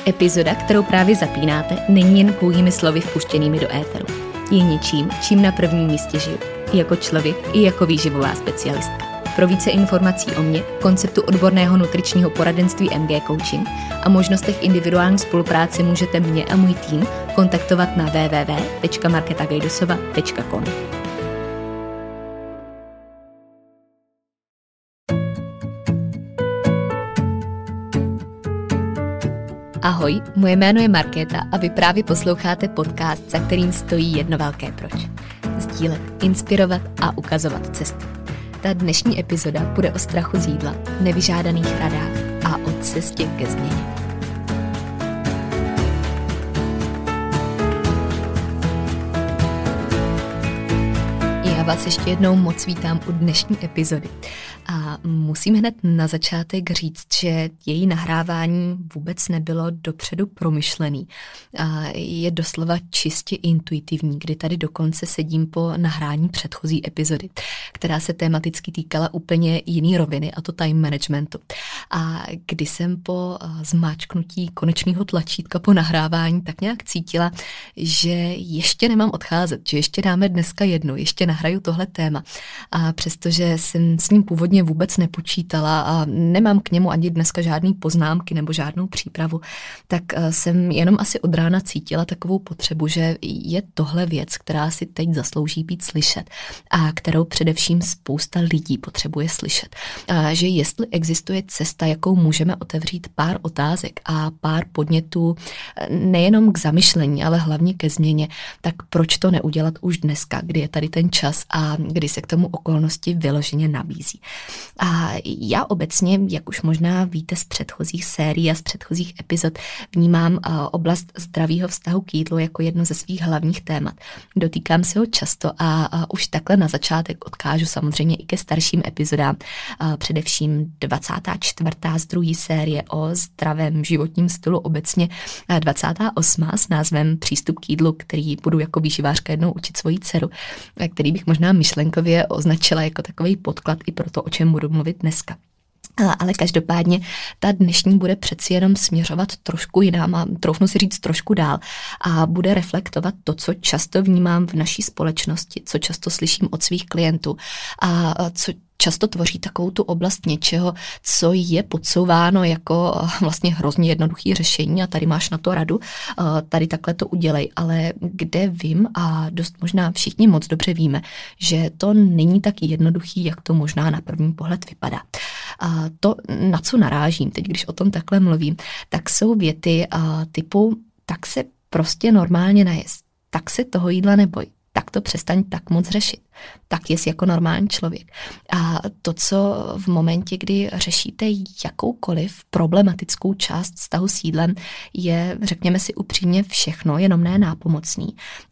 Epizoda, kterou právě zapínáte, není jen pouhými slovy vpuštěnými do éteru. Je něčím, čím na prvním místě žiju. I jako člověk, i jako výživová specialistka. Pro více informací o mně, konceptu odborného nutričního poradenství MG Coaching a možnostech individuální spolupráce můžete mě a můj tým kontaktovat na www.marketagajdosova.com. Ahoj, moje jméno je Markéta a vy právě posloucháte podcast, za kterým stojí jedno velké proč. Sdílet, inspirovat a ukazovat cestu. Ta dnešní epizoda bude o strachu z jídla, nevyžádaných radách a o cestě ke změně. Já vás ještě jednou moc vítám u dnešní epizody. A musím hned na začátek říct, že její nahrávání vůbec nebylo dopředu promyšlený. A je doslova čistě intuitivní, kdy tady dokonce sedím po nahrání předchozí epizody, která se tematicky týkala úplně jiný roviny, a to time managementu. A kdy jsem po zmáčknutí konečného tlačítka po nahrávání tak nějak cítila, že ještě nemám odcházet, že ještě dáme dneska jednu, ještě nahraju tohle téma. A přestože jsem s ním původně vůbec nepočítala a nemám k němu ani dneska žádný poznámky nebo žádnou přípravu, tak jsem jenom asi od rána cítila takovou potřebu, že je tohle věc, která si teď zaslouží být slyšet a kterou především spousta lidí potřebuje slyšet. A že jestli existuje cesta, jakou můžeme otevřít pár otázek a pár podnětů nejenom k zamyšlení, ale hlavně ke změně, tak proč to neudělat už dneska, kdy je tady ten čas a kdy se k tomu okolnosti vyloženě nabízí. A já obecně, jak už možná víte z předchozích sérií a z předchozích epizod, vnímám oblast zdravého vztahu k jídlu jako jedno ze svých hlavních témat. Dotýkám se ho často a už takhle na začátek odkážu samozřejmě i ke starším epizodám, především 24. z druhé série o zdravém životním stylu obecně, 28. s názvem Přístup k jídlu, který budu jako výživářka jednou učit svoji dceru, který bych možná myšlenkově označila jako takový podklad i pro to, o čem budu mluvit dneska. Ale každopádně ta dnešní bude přeci jenom směřovat trošku jinam a troufnu si říct trošku dál a bude reflektovat to, co často vnímám v naší společnosti, co často slyším od svých klientů a co často tvoří takovou tu oblast něčeho, co je podsouváno jako vlastně hrozně jednoduchý řešení a tady máš na to radu, tady takhle to udělej, ale kde vím a dost možná všichni moc dobře víme, že to není tak jednoduchý, jak to možná na první pohled vypadá. A to, na co narážím teď, když o tom takhle mluvím, tak jsou věty typu tak se prostě normálně najez, tak se toho jídla neboj, tak to přestaň tak moc řešit. Tak jest jako normální člověk. A to, co v momentě, kdy řešíte jakoukoliv problematickou část vztahu s jídlem, je, řekněme si upřímně, všechno, jenom ne nápomocný.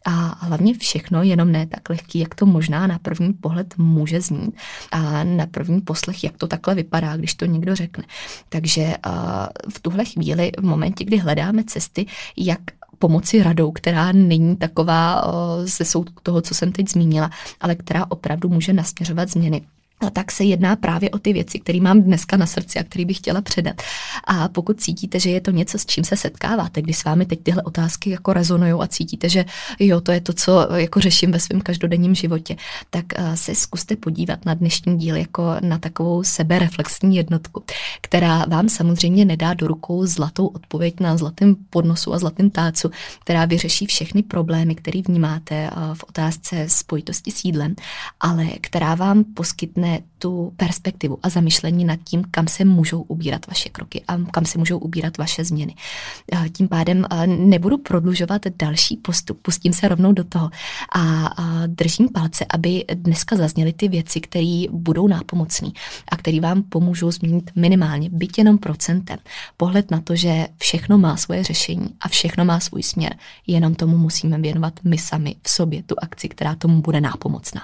A hlavně všechno, jenom ne tak lehký, jak to možná na první pohled může znít. A na první poslech, jak to takhle vypadá, když to někdo řekne. Takže v tuhle chvíli, v momentě, kdy hledáme cesty, jak pomoci radou, která není taková ze soudu toho, co jsem teď zmínila, ale která opravdu může nasměřovat změny. A tak se jedná právě o ty věci, které mám dneska na srdci a které bych chtěla předat. A pokud cítíte, že je to něco, s čím se setkáváte, když s vámi teď tyhle otázky jako rezonujou a cítíte, že jo, to je to, co jako řeším ve svém každodenním životě, tak se zkuste podívat na dnešní díl jako na takovou sebereflexní jednotku, která vám samozřejmě nedá do rukou zlatou odpověď na zlatém podnosu a zlatém tácu, která vyřeší všechny problémy, které vnímáte v otázce spojitosti s jídlem, ale která vám poskytne tu perspektivu a zamyšlení nad tím, kam se můžou ubírat vaše kroky a kam se můžou ubírat vaše změny. Tím pádem nebudu prodlužovat další postup, pustím se rovnou do toho a držím palce, aby dneska zazněly ty věci, které budou nápomocný a které vám pomůžou změnit minimálně, byť jenom procentem, pohled na to, že všechno má svoje řešení a všechno má svůj směr, jenom tomu musíme věnovat my sami v sobě tu akci, která tomu bude nápomocná.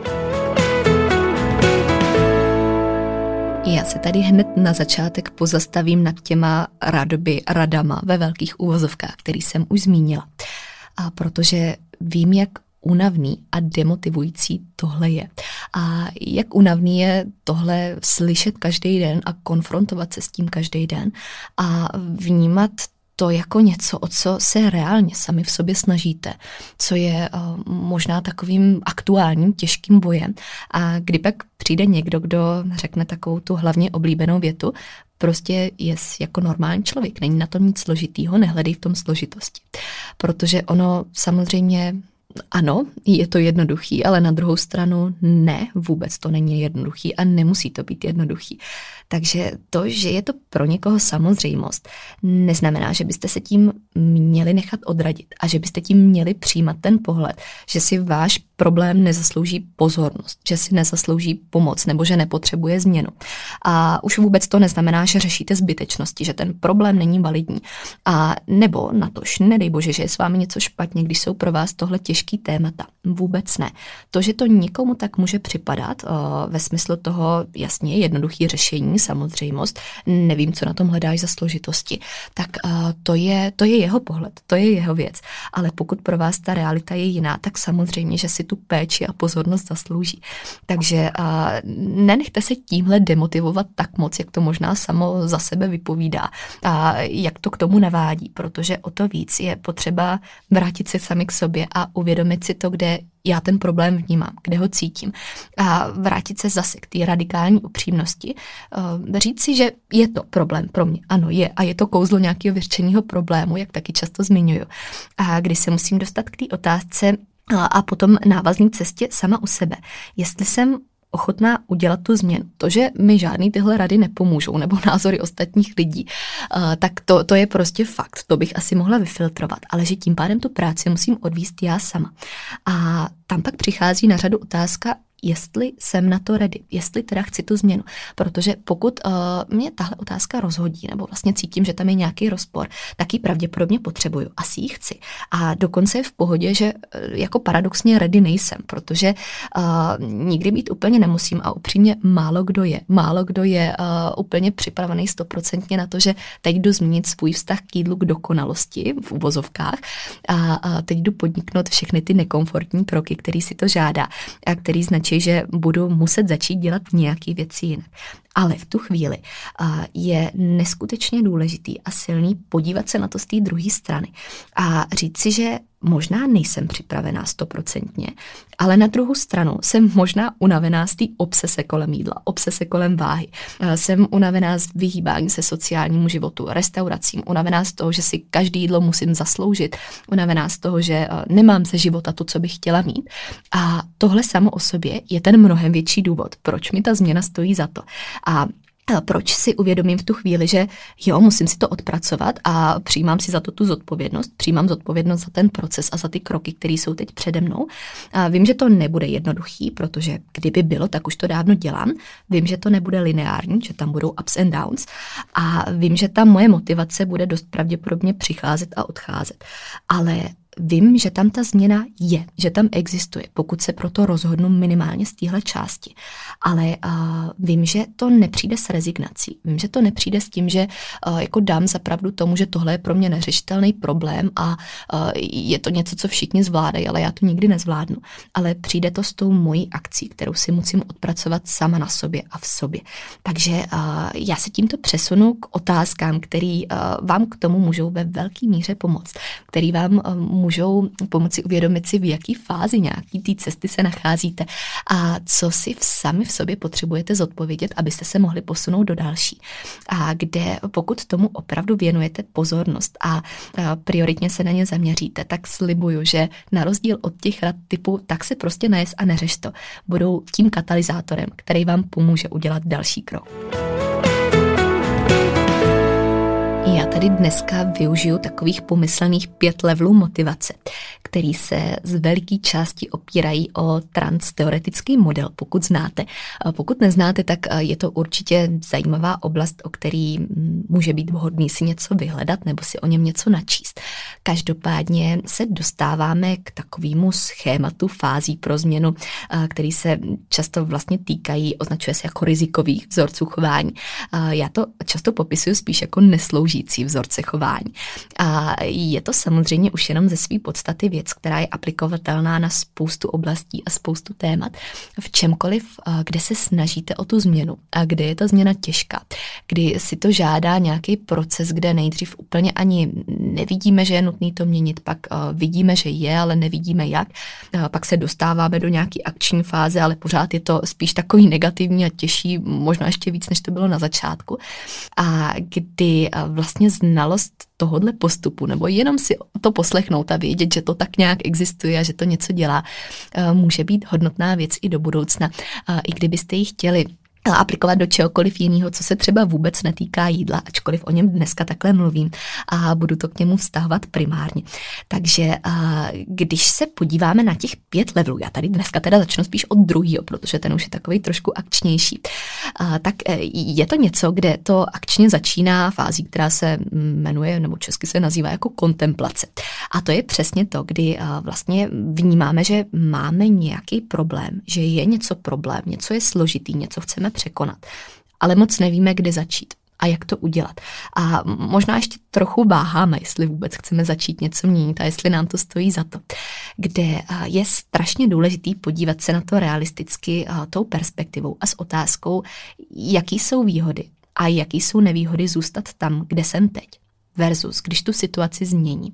Já se tady hned na začátek pozastavím nad těma radama ve velkých uvozovkách, který jsem už zmínila. A protože vím, jak únavný a demotivující tohle je. A jak únavný je tohle slyšet každý den a konfrontovat se s tím každý den a vnímat to jako něco, o co se reálně sami v sobě snažíte, co je možná takovým aktuálním těžkým bojem. A kdy pak přijde někdo, kdo řekne takovou tu hlavně oblíbenou větu, prostě je jako normální člověk, není na tom nic složitýho, nehledej v tom složitosti. Protože ono samozřejmě ano, je to jednoduchý, ale na druhou stranu ne, vůbec to není jednoduchý a nemusí to být jednoduchý. Takže to, že je to pro někoho samozřejmost, neznamená, že byste se tím měli nechat odradit a že byste tím měli přijímat ten pohled, že si váš problém nezaslouží pozornost, že si nezaslouží pomoc nebo že nepotřebuje změnu. A už vůbec to neznamená, že řešíte zbytečnosti, že ten problém není validní. A nebo natož, nedej bože, že je s vámi něco špatně, když jsou pro vás tohle těžký témata. Vůbec ne. To, že to někomu tak může připadat, ve smyslu toho jasně jednoduchý řešení, samozřejmost, nevím, co na tom hledáš za složitosti, tak to je jeho pohled, to je jeho věc. Ale pokud pro vás ta realita je jiná, tak samozřejmě, že si tu péči a pozornost zaslouží. Takže nenechte se tímhle demotivovat tak moc, jak to možná samo za sebe vypovídá a jak to k tomu navádí, protože o to víc je potřeba vrátit se sami k sobě a uvědomit si to, kde já ten problém vnímám, kde ho cítím. A vrátit se zase k té radikální upřímnosti, říct si, že je to problém pro mě. Ano, je. A je to kouzlo nějakého vyřčeného problému, jak taky často zmiňuju. A když se musím dostat k té otázce a potom návazné cestě sama u sebe. Jestli jsem ochotná udělat tu změnu. To, že mi žádný tyhle rady nepomůžou, nebo názory ostatních lidí, tak to je prostě fakt. To bych asi mohla vyfiltrovat, ale že tím pádem tu práci musím odvést já sama. A tam pak přichází na řadu otázka, jestli jsem na to ready, jestli teda chci tu změnu. Protože pokud mě tahle otázka rozhodí, nebo vlastně cítím, že tam je nějaký rozpor, tak ji pravděpodobně potřebuju. Asi ji chci. A dokonce je v pohodě, že jako paradoxně ready nejsem, protože nikdy být úplně nemusím a upřímně málo kdo je úplně připravený 100% na to, že teď jdu změnit svůj vztah k jídlu k dokonalosti v uvozovkách a teď jdu podniknout všechny ty nekomfortní kroky, který si to žádá a který značí, že budu muset začít dělat nějaké věci jinak. Ale v tu chvíli je neskutečně důležitý a silný podívat se na to z té druhé strany a říct si, že možná nejsem připravená 100%, ale na druhou stranu jsem možná unavená z té obsese kolem jídla, obsese kolem váhy. Jsem unavená z vyhýbání se sociálnímu životu, restauracím, unavená z toho, že si každý jídlo musím zasloužit, unavená z toho, že nemám ze života to, co bych chtěla mít. A tohle samo o sobě je ten mnohem větší důvod, proč mi ta změna stojí za to. A proč si uvědomím v tu chvíli, že jo, musím si to odpracovat a přijímám si za to tu zodpovědnost, přijímám zodpovědnost za ten proces a za ty kroky, které jsou teď přede mnou. A vím, že to nebude jednoduchý, protože kdyby bylo, tak už to dávno dělám. Vím, že to nebude lineární, že tam budou ups and downs a vím, že ta moje motivace bude dost pravděpodobně přicházet a odcházet. Ale vím, že tam ta změna je, že tam existuje, pokud se proto rozhodnu minimálně z téhle části. Ale vím, že to nepřijde s rezignací. Vím, že to nepřijde s tím, že jako dám za pravdu tomu, že tohle je pro mě neřešitelný problém a je to něco, co všichni zvládají, ale já to nikdy nezvládnu. Ale přijde to s tou mojí akcí, kterou si musím odpracovat sama na sobě a v sobě. Takže já se tímto přesunu k otázkám, které vám k tomu můžou ve velké míře pomoct, který vám můžou pomoci uvědomit si, v jaký fázi nějaký té cesty se nacházíte a co si sami v sobě potřebujete zodpovědět, abyste se mohli posunout do další. A kde pokud tomu opravdu věnujete pozornost a prioritně se na ně zaměříte, tak slibuju, že na rozdíl od těch rad typu tak se prostě najez a neřeš to, budou tím katalyzátorem, který vám pomůže udělat další krok. Já tady dneska využiju takových pomyslných 5 levelů motivace, který se z veliké části opírají o transteoretický model, pokud znáte. Pokud neznáte, tak je to určitě zajímavá oblast, o který může být vhodný si něco vyhledat nebo si o něm něco načíst. Každopádně se dostáváme k takovému schématu fází pro změnu, který se často vlastně týkají, označuje se jako rizikových vzorců chování. Já to často popisuju spíš jako nesloužící vzorce chování. A je to samozřejmě už jenom ze své podstaty věci věc, která je aplikovatelná na spoustu oblastí a spoustu témat. V čemkoliv, kde se snažíte o tu změnu a kde je ta změna těžká, kdy si to žádá nějaký proces, kde nejdřív úplně ani nevidíme, že je nutný to měnit, pak vidíme, že je, ale nevidíme jak, pak se dostáváme do nějaké akční fáze, ale pořád je to spíš takový negativní a těžší, možná ještě víc, než to bylo na začátku. A kdy vlastně znalost tohodle postupu, nebo jenom si to poslechnout a vědět, že to tak nějak existuje a že to něco dělá, může být hodnotná věc i do budoucna. I kdybyste ji chtěli aplikovat do čehokoliv jiného, co se třeba vůbec netýká jídla, ačkoliv o něm dneska takhle mluvím a budu to k němu vztahovat primárně. Takže když se podíváme na těch 5 levelů, já tady dneska teda začnu spíš od druhého, protože ten už je takový trošku akčnější, tak je to něco, kde to akčně začíná fází, která se jmenuje, nebo česky se nazývá jako kontemplace. A to je přesně to, kdy vlastně vnímáme, že máme nějaký problém, že je něco je složitý, něco chceme překonat, ale moc nevíme, kde začít a jak to udělat. A možná ještě trochu váháme, jestli vůbec chceme začít něco měnit a jestli nám to stojí za to. Kde je strašně důležitý podívat se na to realisticky tou perspektivou a s otázkou, jaký jsou výhody a jaký jsou nevýhody zůstat tam, kde jsem teď, versus když tu situaci změním.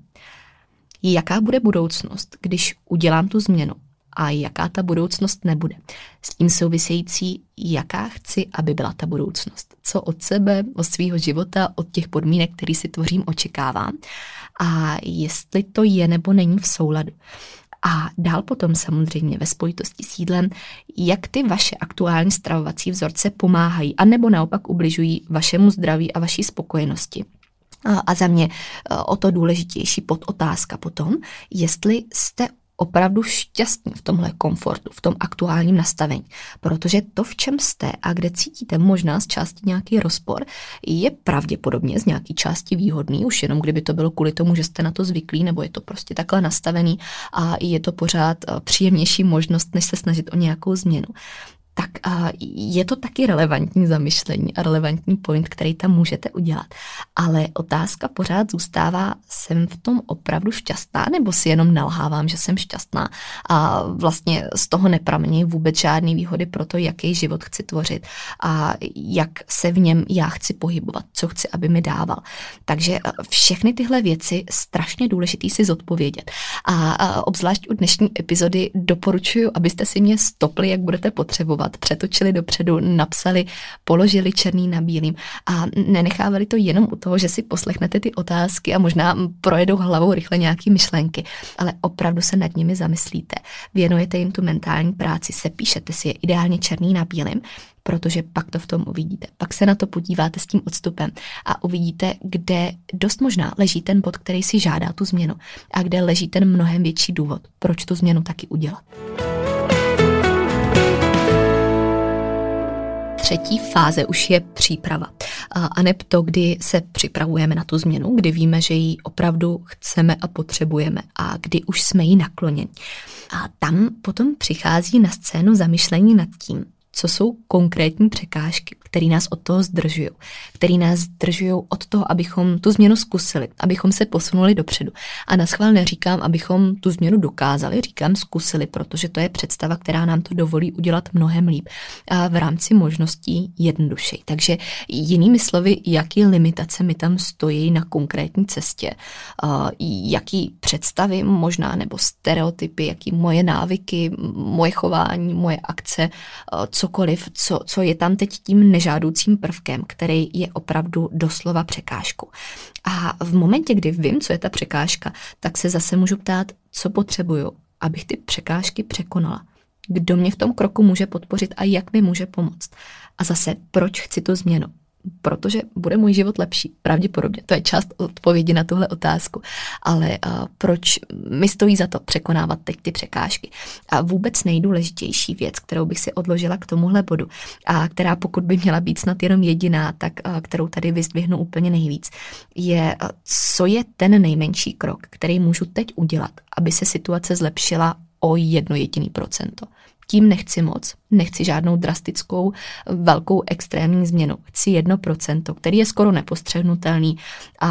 Jaká bude budoucnost, když udělám tu změnu a jaká ta budoucnost nebude. S tím související, jaká chci, aby byla ta budoucnost. Co od sebe, od svého života, od těch podmínek, který si tvořím, očekávám a jestli to je nebo není v souladu. A dál potom samozřejmě ve spojitosti s jídlem, jak ty vaše aktuální stravovací vzorce pomáhají anebo naopak ubližují vašemu zdraví a vaší spokojenosti. A za mě o to důležitější podotázka potom, jestli jste opravdu šťastní v tomhle komfortu, v tom aktuálním nastavení. Protože to, v čem jste a kde cítíte možná z části nějaký rozpor, je pravděpodobně z nějaký části výhodný, už jenom kdyby to bylo kvůli tomu, že jste na to zvyklí, nebo je to prostě takhle nastavený a je to pořád příjemnější možnost, než se snažit o nějakou změnu. Tak je to taky relevantní zamyšlení a relevantní point, který tam můžete udělat. Ale otázka pořád zůstává, jsem v tom opravdu šťastná, nebo si jenom nalhávám, že jsem šťastná a vlastně z toho nepramení vůbec žádný výhody pro to, jaký život chci tvořit a jak se v něm já chci pohybovat, co chci, aby mi dával. Takže všechny tyhle věci strašně důležitý si zodpovědět. A obzvlášť u dnešní epizody doporučuji, abyste si mě stopli, jak budete potřebovat, přetočili dopředu, napsali, položili černý na bílým a nenechávali to jenom u toho, že si poslechnete ty otázky a možná projedou hlavou rychle nějaký myšlenky, ale opravdu se nad nimi zamyslíte. Věnujete jim tu mentální práci, sepíšete si je ideálně černý na bílým, protože pak to v tom uvidíte. Pak se na to podíváte s tím odstupem a uvidíte, kde dost možná leží ten bod, který si žádá tu změnu a kde leží ten mnohem větší důvod, proč tu změnu taky udělat. Třetí fáze už je příprava. A neb to, kdy se připravujeme na tu změnu, kdy víme, že ji opravdu chceme a potřebujeme a kdy už jsme jí nakloněni. A tam potom přichází na scénu zamyšlení nad tím, co jsou konkrétní překážky, které nás od toho zdržují, které nás zdržují od toho, abychom tu změnu zkusili, abychom se posunuli dopředu. A naschvál neříkám, abychom tu změnu dokázali, říkám zkusili, protože to je představa, která nám to dovolí udělat mnohem líp a v rámci možností jednodušeji. Takže jinými slovy, jaký limitace mi tam stojí na konkrétní cestě, jaký představy možná nebo stereotypy, jaký moje návyky, moje chování, moje akce, cokoliv, co je tam teď tím nežádoucím prvkem, který je opravdu doslova překážkou. A v momentě, kdy vím, co je ta překážka, tak se zase můžu ptát, co potřebuju, abych ty překážky překonala. Kdo mě v tom kroku může podpořit a jak mi může pomoct. A zase, proč chci tu změnu? Protože bude můj život lepší. Pravděpodobně. To je část odpovědi na tuhle otázku. Ale proč mi stojí za to překonávat teď ty překážky? A vůbec nejdůležitější věc, kterou bych si odložila k tomuhle bodu a která pokud by měla být snad jenom jediná, tak kterou tady vyzdvihnu úplně nejvíc, je, co je ten nejmenší krok, který můžu teď udělat, aby se situace zlepšila o 1%. Tím nechci moc, nechci žádnou drastickou, velkou extrémní změnu. Chci 1%, který je skoro nepostřehnutelný a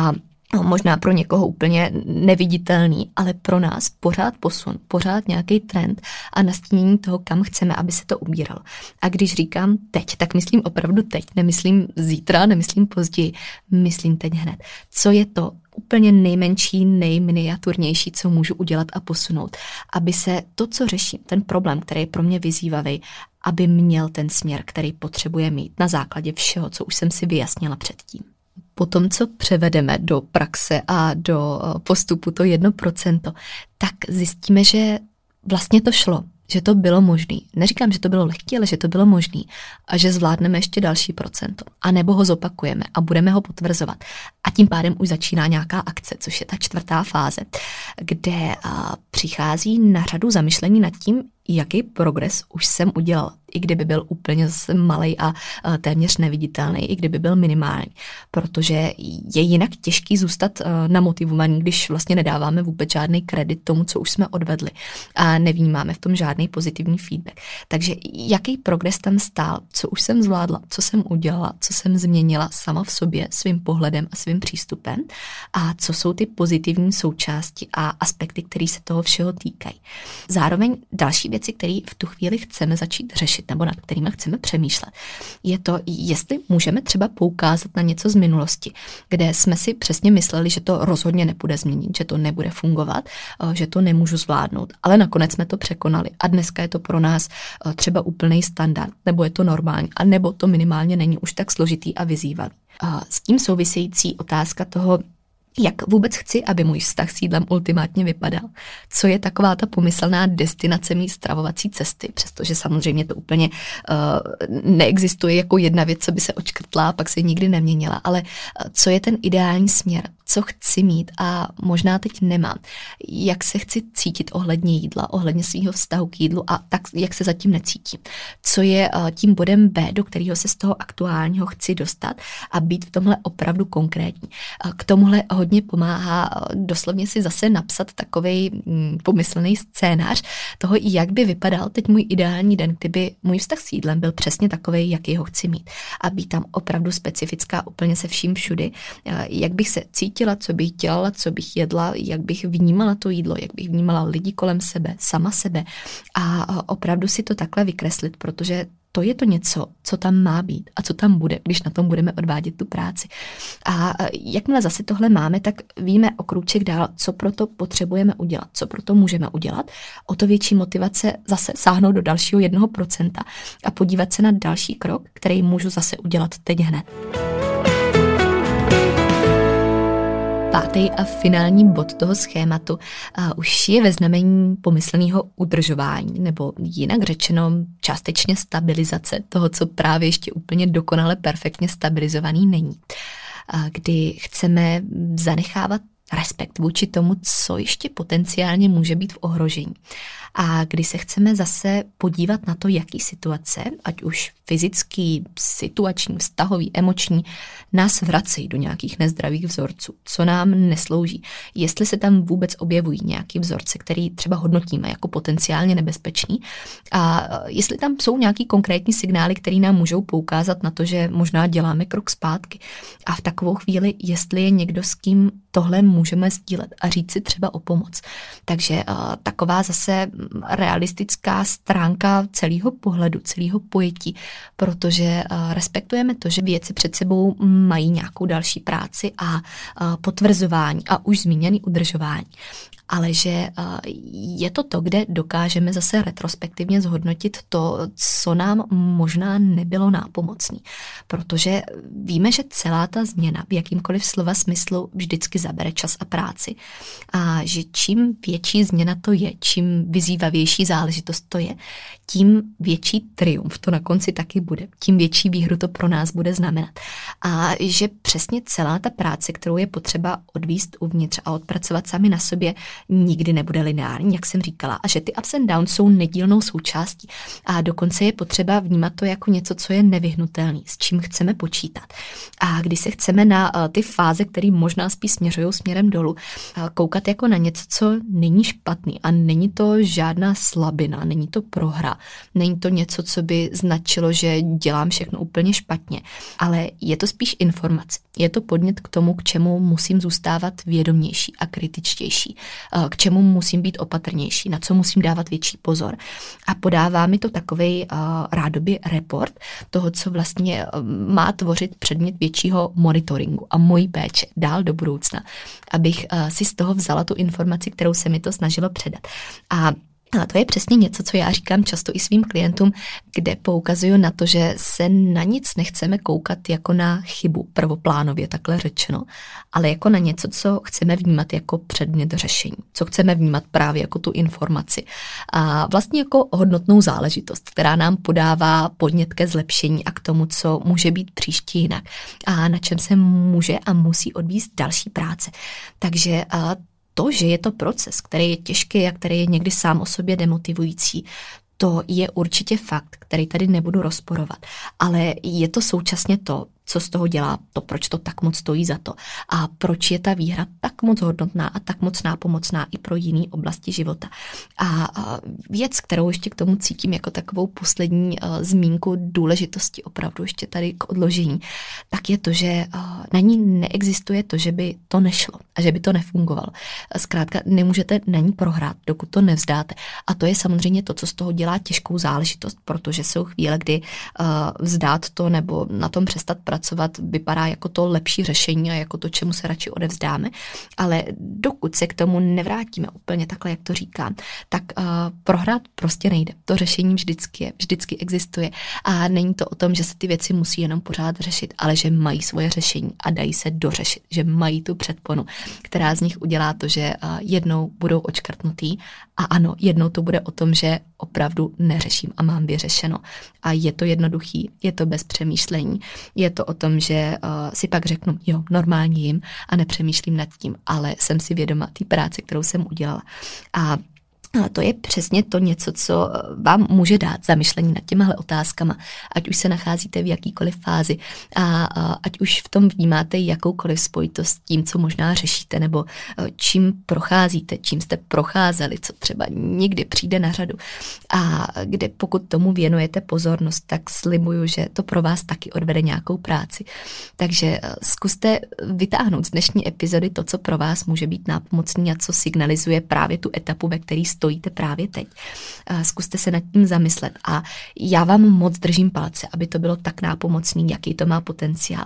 možná pro někoho úplně neviditelný, ale pro nás pořád posun, pořád nějaký trend a nastínění toho, kam chceme, aby se to ubíralo. A když říkám teď, tak myslím opravdu teď, nemyslím zítra, nemyslím později, myslím teď hned. Co je to úplně nejmenší, nejminiaturnější, co můžu udělat a posunout, aby se to, co řeším, ten problém, který je pro mě vyzývavý, aby měl ten směr, který potřebuje mít na základě všeho, co už jsem si vyjasnila předtím. Po tom, co převedeme do praxe a do postupu to 1%, tak zjistíme, že vlastně to šlo, že to bylo možné. Neříkám, že to bylo lehké, ale že to bylo možné a že zvládneme ještě další procento. A nebo ho zopakujeme a budeme ho potvrzovat. A tím pádem už začíná nějaká akce, což je ta 4. fáze, kde přichází na řadu zamyšlení nad tím, jaký progres už jsem udělala, i kdyby byl úplně zase malej a téměř neviditelný, i kdyby byl minimální, protože je jinak těžký zůstat namotivovaný, když vlastně nedáváme vůbec žádný kredit tomu, co už jsme odvedli a nevnímáme v tom žádný pozitivní feedback. Takže jaký progres tam stál, co už jsem zvládla, co jsem udělala, co jsem změnila sama v sobě, svým pohledem a svým přístupem a co jsou ty pozitivní součásti a aspekty, které se toho všeho týkají. Zároveň další věci, které v tu chvíli chceme začít řešit nebo nad kterými chceme přemýšlet, je to, jestli můžeme třeba poukázat na něco z minulosti, kde jsme si přesně mysleli, že to rozhodně nepůjde změnit, že to nebude fungovat, že to nemůžu zvládnout, ale nakonec jsme to překonali a dneska je to pro nás třeba úplný standard, nebo je to normální, a nebo to minimálně není už tak složitý a vyzývavý. S tím související otázka toho, jak vůbec chci, aby můj vztah s jídlem ultimátně vypadal. Co je taková ta pomyslná destinace mý stravovací cesty, přestože samozřejmě to úplně neexistuje jako jedna věc, co by se odškrtla a pak se nikdy neměnila, ale co je ten ideální směr, co chci mít a možná teď nemám. Jak se chci cítit ohledně jídla, ohledně svého vztahu k jídlu a tak, jak se zatím necítím. Co je tím bodem B, do kterého se z toho aktuálního chci dostat a být v tomhle opravdu konkrétní. K tomuhle hodně pomáhá doslovně si zase napsat takovej pomyslný scénář toho, jak by vypadal teď můj ideální den, kdyby můj vztah s jídlem byl přesně takovej, jaký ho chci mít. A být tam opravdu specifická úplně se vším všudy, jak bych se cítila, co bych dělala, co bych jedla, jak bych vnímala to jídlo, jak bych vnímala lidi kolem sebe, sama sebe a opravdu si to takhle vykreslit, protože to je to něco, co tam má být a co tam bude, když na tom budeme odvádět tu práci. A jakmile zase tohle máme, tak víme o krůček dál, co pro to potřebujeme udělat, co pro to můžeme udělat. O to větší motivace zase sáhnout do dalšího 1% a podívat se na další krok, který můžu zase udělat teď hned. 5. a finální bod toho schématu už je ve znamení pomyslného udržování, nebo jinak řečeno částečně stabilizace toho, co právě ještě úplně dokonale perfektně stabilizovaný není. Kdy chceme zanechávat respekt vůči tomu, co ještě potenciálně může být v ohrožení. A kdy se chceme zase podívat na to, jaký situace, ať už fyzický, situační, vztahový, emoční, nás vracejí do nějakých nezdravých vzorců, co nám neslouží. Jestli se tam vůbec objevují nějaký vzorce, který třeba hodnotíme jako potenciálně nebezpečný a jestli tam jsou nějaký konkrétní signály, které nám můžou poukázat na to, že možná děláme krok zpátky. A v takovou chvíli, jestli je někdo, s kým tohle můžeme sdílet a říct si třeba o pomoc. Takže taková zase realistická stránka celého pohledu, celého pojetí, protože respektujeme to, že věci před sebou mají nějakou další práci a potvrzování a už zmíněný udržování. Ale že je to, kde dokážeme zase retrospektivně zhodnotit to, co nám možná nebylo nápomocný. Protože víme, že celá ta změna v jakýmkoliv slova smyslu vždycky zabere čas a práci. A že čím větší změna to je, čím vyzývavější záležitost to je, tím větší triumf to na konci taky bude. Tím větší výhru to pro nás bude znamenat. A že přesně celá ta práce, kterou je potřeba odvíst uvnitř a odpracovat sami na sobě, nikdy nebude lineární, jak jsem říkala, a že ty ups and downs jsou nedílnou součástí. A dokonce je potřeba vnímat to jako něco, co je nevyhnutelné, s čím chceme počítat. A když se chceme na ty fáze, které možná spíš směřují směrem dolů, koukat jako na něco, co není špatný a není to žádná slabina, není to prohra, Není to něco, co by značilo, že dělám všechno úplně špatně, ale je to spíš informace. Je to podnět k tomu, k čemu musím zůstávat vědomější a kritičtější, k čemu musím být opatrnější, na co musím dávat větší pozor. A podává mi to takovej rádoby report toho, co vlastně má tvořit předmět většího monitoringu a mojí péče dál do budoucna, abych si z toho vzala tu informaci, kterou se mi to snažilo předat. A to je přesně něco, co já říkám často i svým klientům, kde poukazuju na to, že se na nic nechceme koukat jako na chybu, prvoplánově takhle řečeno, ale jako na něco, co chceme vnímat jako předmět řešení, co chceme vnímat právě jako tu informaci a vlastně jako hodnotnou záležitost, která nám podává podnět ke zlepšení a k tomu, co může být příště jinak a na čem se může a musí odvíst další práce. Takže to, že je to proces, který je těžký a který je někdy sám o sobě demotivující, to je určitě fakt, který tady nebudu rozporovat, ale je to současně to, co z toho dělá to, proč to tak moc stojí za to a proč je ta výhra tak moc hodnotná a tak moc nápomocná i pro jiné oblasti života. A věc, kterou ještě k tomu cítím jako takovou poslední zmínku důležitosti opravdu ještě tady k odložení, tak je to, že na ní neexistuje to, že by to nešlo a že by to nefungovalo. Zkrátka nemůžete na ní prohrát, dokud to nevzdáte. A to je samozřejmě to, co z toho dělá těžkou záležitost, protože jsou chvíle, kdy vzdát to nebo na tom přestat pracovat vypadá jako to lepší řešení a jako to, čemu se radši odevzdáme, ale dokud se k tomu nevrátíme úplně takhle, jak to říkám, tak prohrát prostě nejde. To řešení vždycky existuje a není to o tom, že se ty věci musí jenom pořád řešit, ale že mají svoje řešení a dají se dořešit, že mají tu předponu, která z nich udělá to, že jednou budou odškrtnutý a ano, jednou to bude o tom, že opravdu neřeším a mám vyřešeno. A je to jednoduchý, je to bez přemýšlení, je to o tom, že si pak řeknu, jo, normálně jim a nepřemýšlím nad tím, ale jsem si vědoma té práce, kterou jsem udělala. A to je přesně to něco, co vám může dát zamyšlení nad těmahle otázkama, ať už se nacházíte v jakýkoliv fázi a ať už v tom vnímáte jakoukoliv spojitost s tím, co možná řešíte, nebo čím procházíte, čím jste procházeli, co třeba někdy přijde na řadu. A kde pokud tomu věnujete pozornost, tak slibuju, že to pro vás taky odvede nějakou práci. Takže zkuste vytáhnout z dnešní epizody to, co pro vás může být nápomocný a co signalizuje právě tu etapu, ve které stojíte právě teď. Zkuste se nad tím zamyslet a já vám moc držím palce, aby to bylo tak nápomocný, jaký to má potenciál.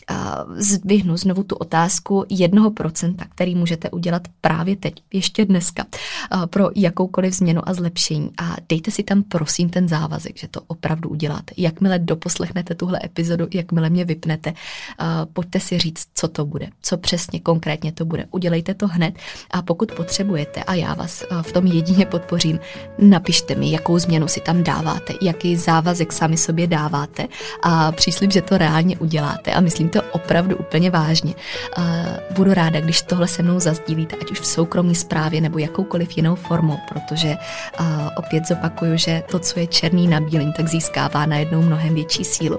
Zdvihnu znovu tu otázku 1%, který můžete udělat právě teď, ještě dneska, pro jakoukoliv změnu a zlepšení a dejte si tam prosím ten závazek, že to opravdu uděláte. Jakmile doposlechnete tuhle epizodu, jakmile mě vypnete, pojďte si říct, co to bude, co přesně konkrétně to bude. Udělejte to hned a pokud potřebujete a já vás v tom jedině podpořím, napište mi, jakou změnu si tam dáváte, jaký závazek sami sobě dáváte a příslib, že to reálně uděláte a myslím to opravdu úplně vážně. Budu ráda, když tohle se mnou zazdílíte, ať už v soukromé zprávě nebo jakoukoliv jinou formou, protože opět zopakuju, že to, co je černý na bílém, tak získává najednou mnohem větší sílu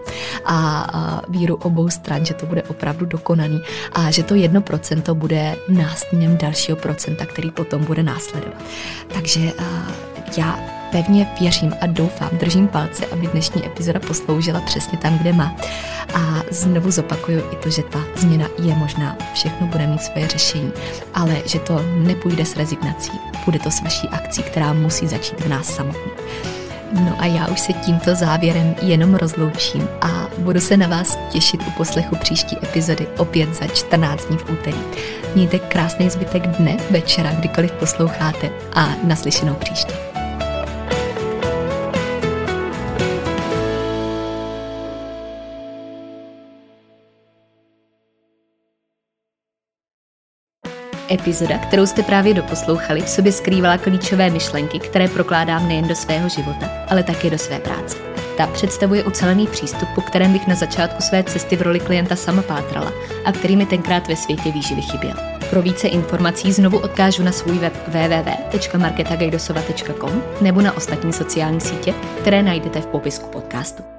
a víru obou stran, že to bude opravdu dokonaný a že to 1% bude nástěnem dalšího procenta, který potom bude následovat. Takže já pevně věřím a doufám, držím palce, aby dnešní epizoda posloužila přesně tam, kde má. A znovu zopakuju i to, že ta změna je možná, všechno bude mít svoje řešení, ale že to nepůjde s rezignací, bude to s vaší akcí, která musí začít v nás samotných. No a já už se tímto závěrem jenom rozloučím a budu se na vás těšit u poslechu příští epizody opět za 14 dní v úterý. Mějte krásný zbytek dne, večera, kdykoliv posloucháte a naslyšenou příště. Epizoda, kterou jste právě doposlouchali, v sobě skrývala klíčové myšlenky, které prokládám nejen do svého života, ale také do své práce. Ta představuje ucelený přístup, po kterém bych na začátku své cesty v roli klienta sama pátrala a který mi tenkrát ve světě výživy chyběl. Pro více informací znovu odkážu na svůj web www.marketagajdosova.com nebo na ostatní sociální sítě, které najdete v popisku podcastu.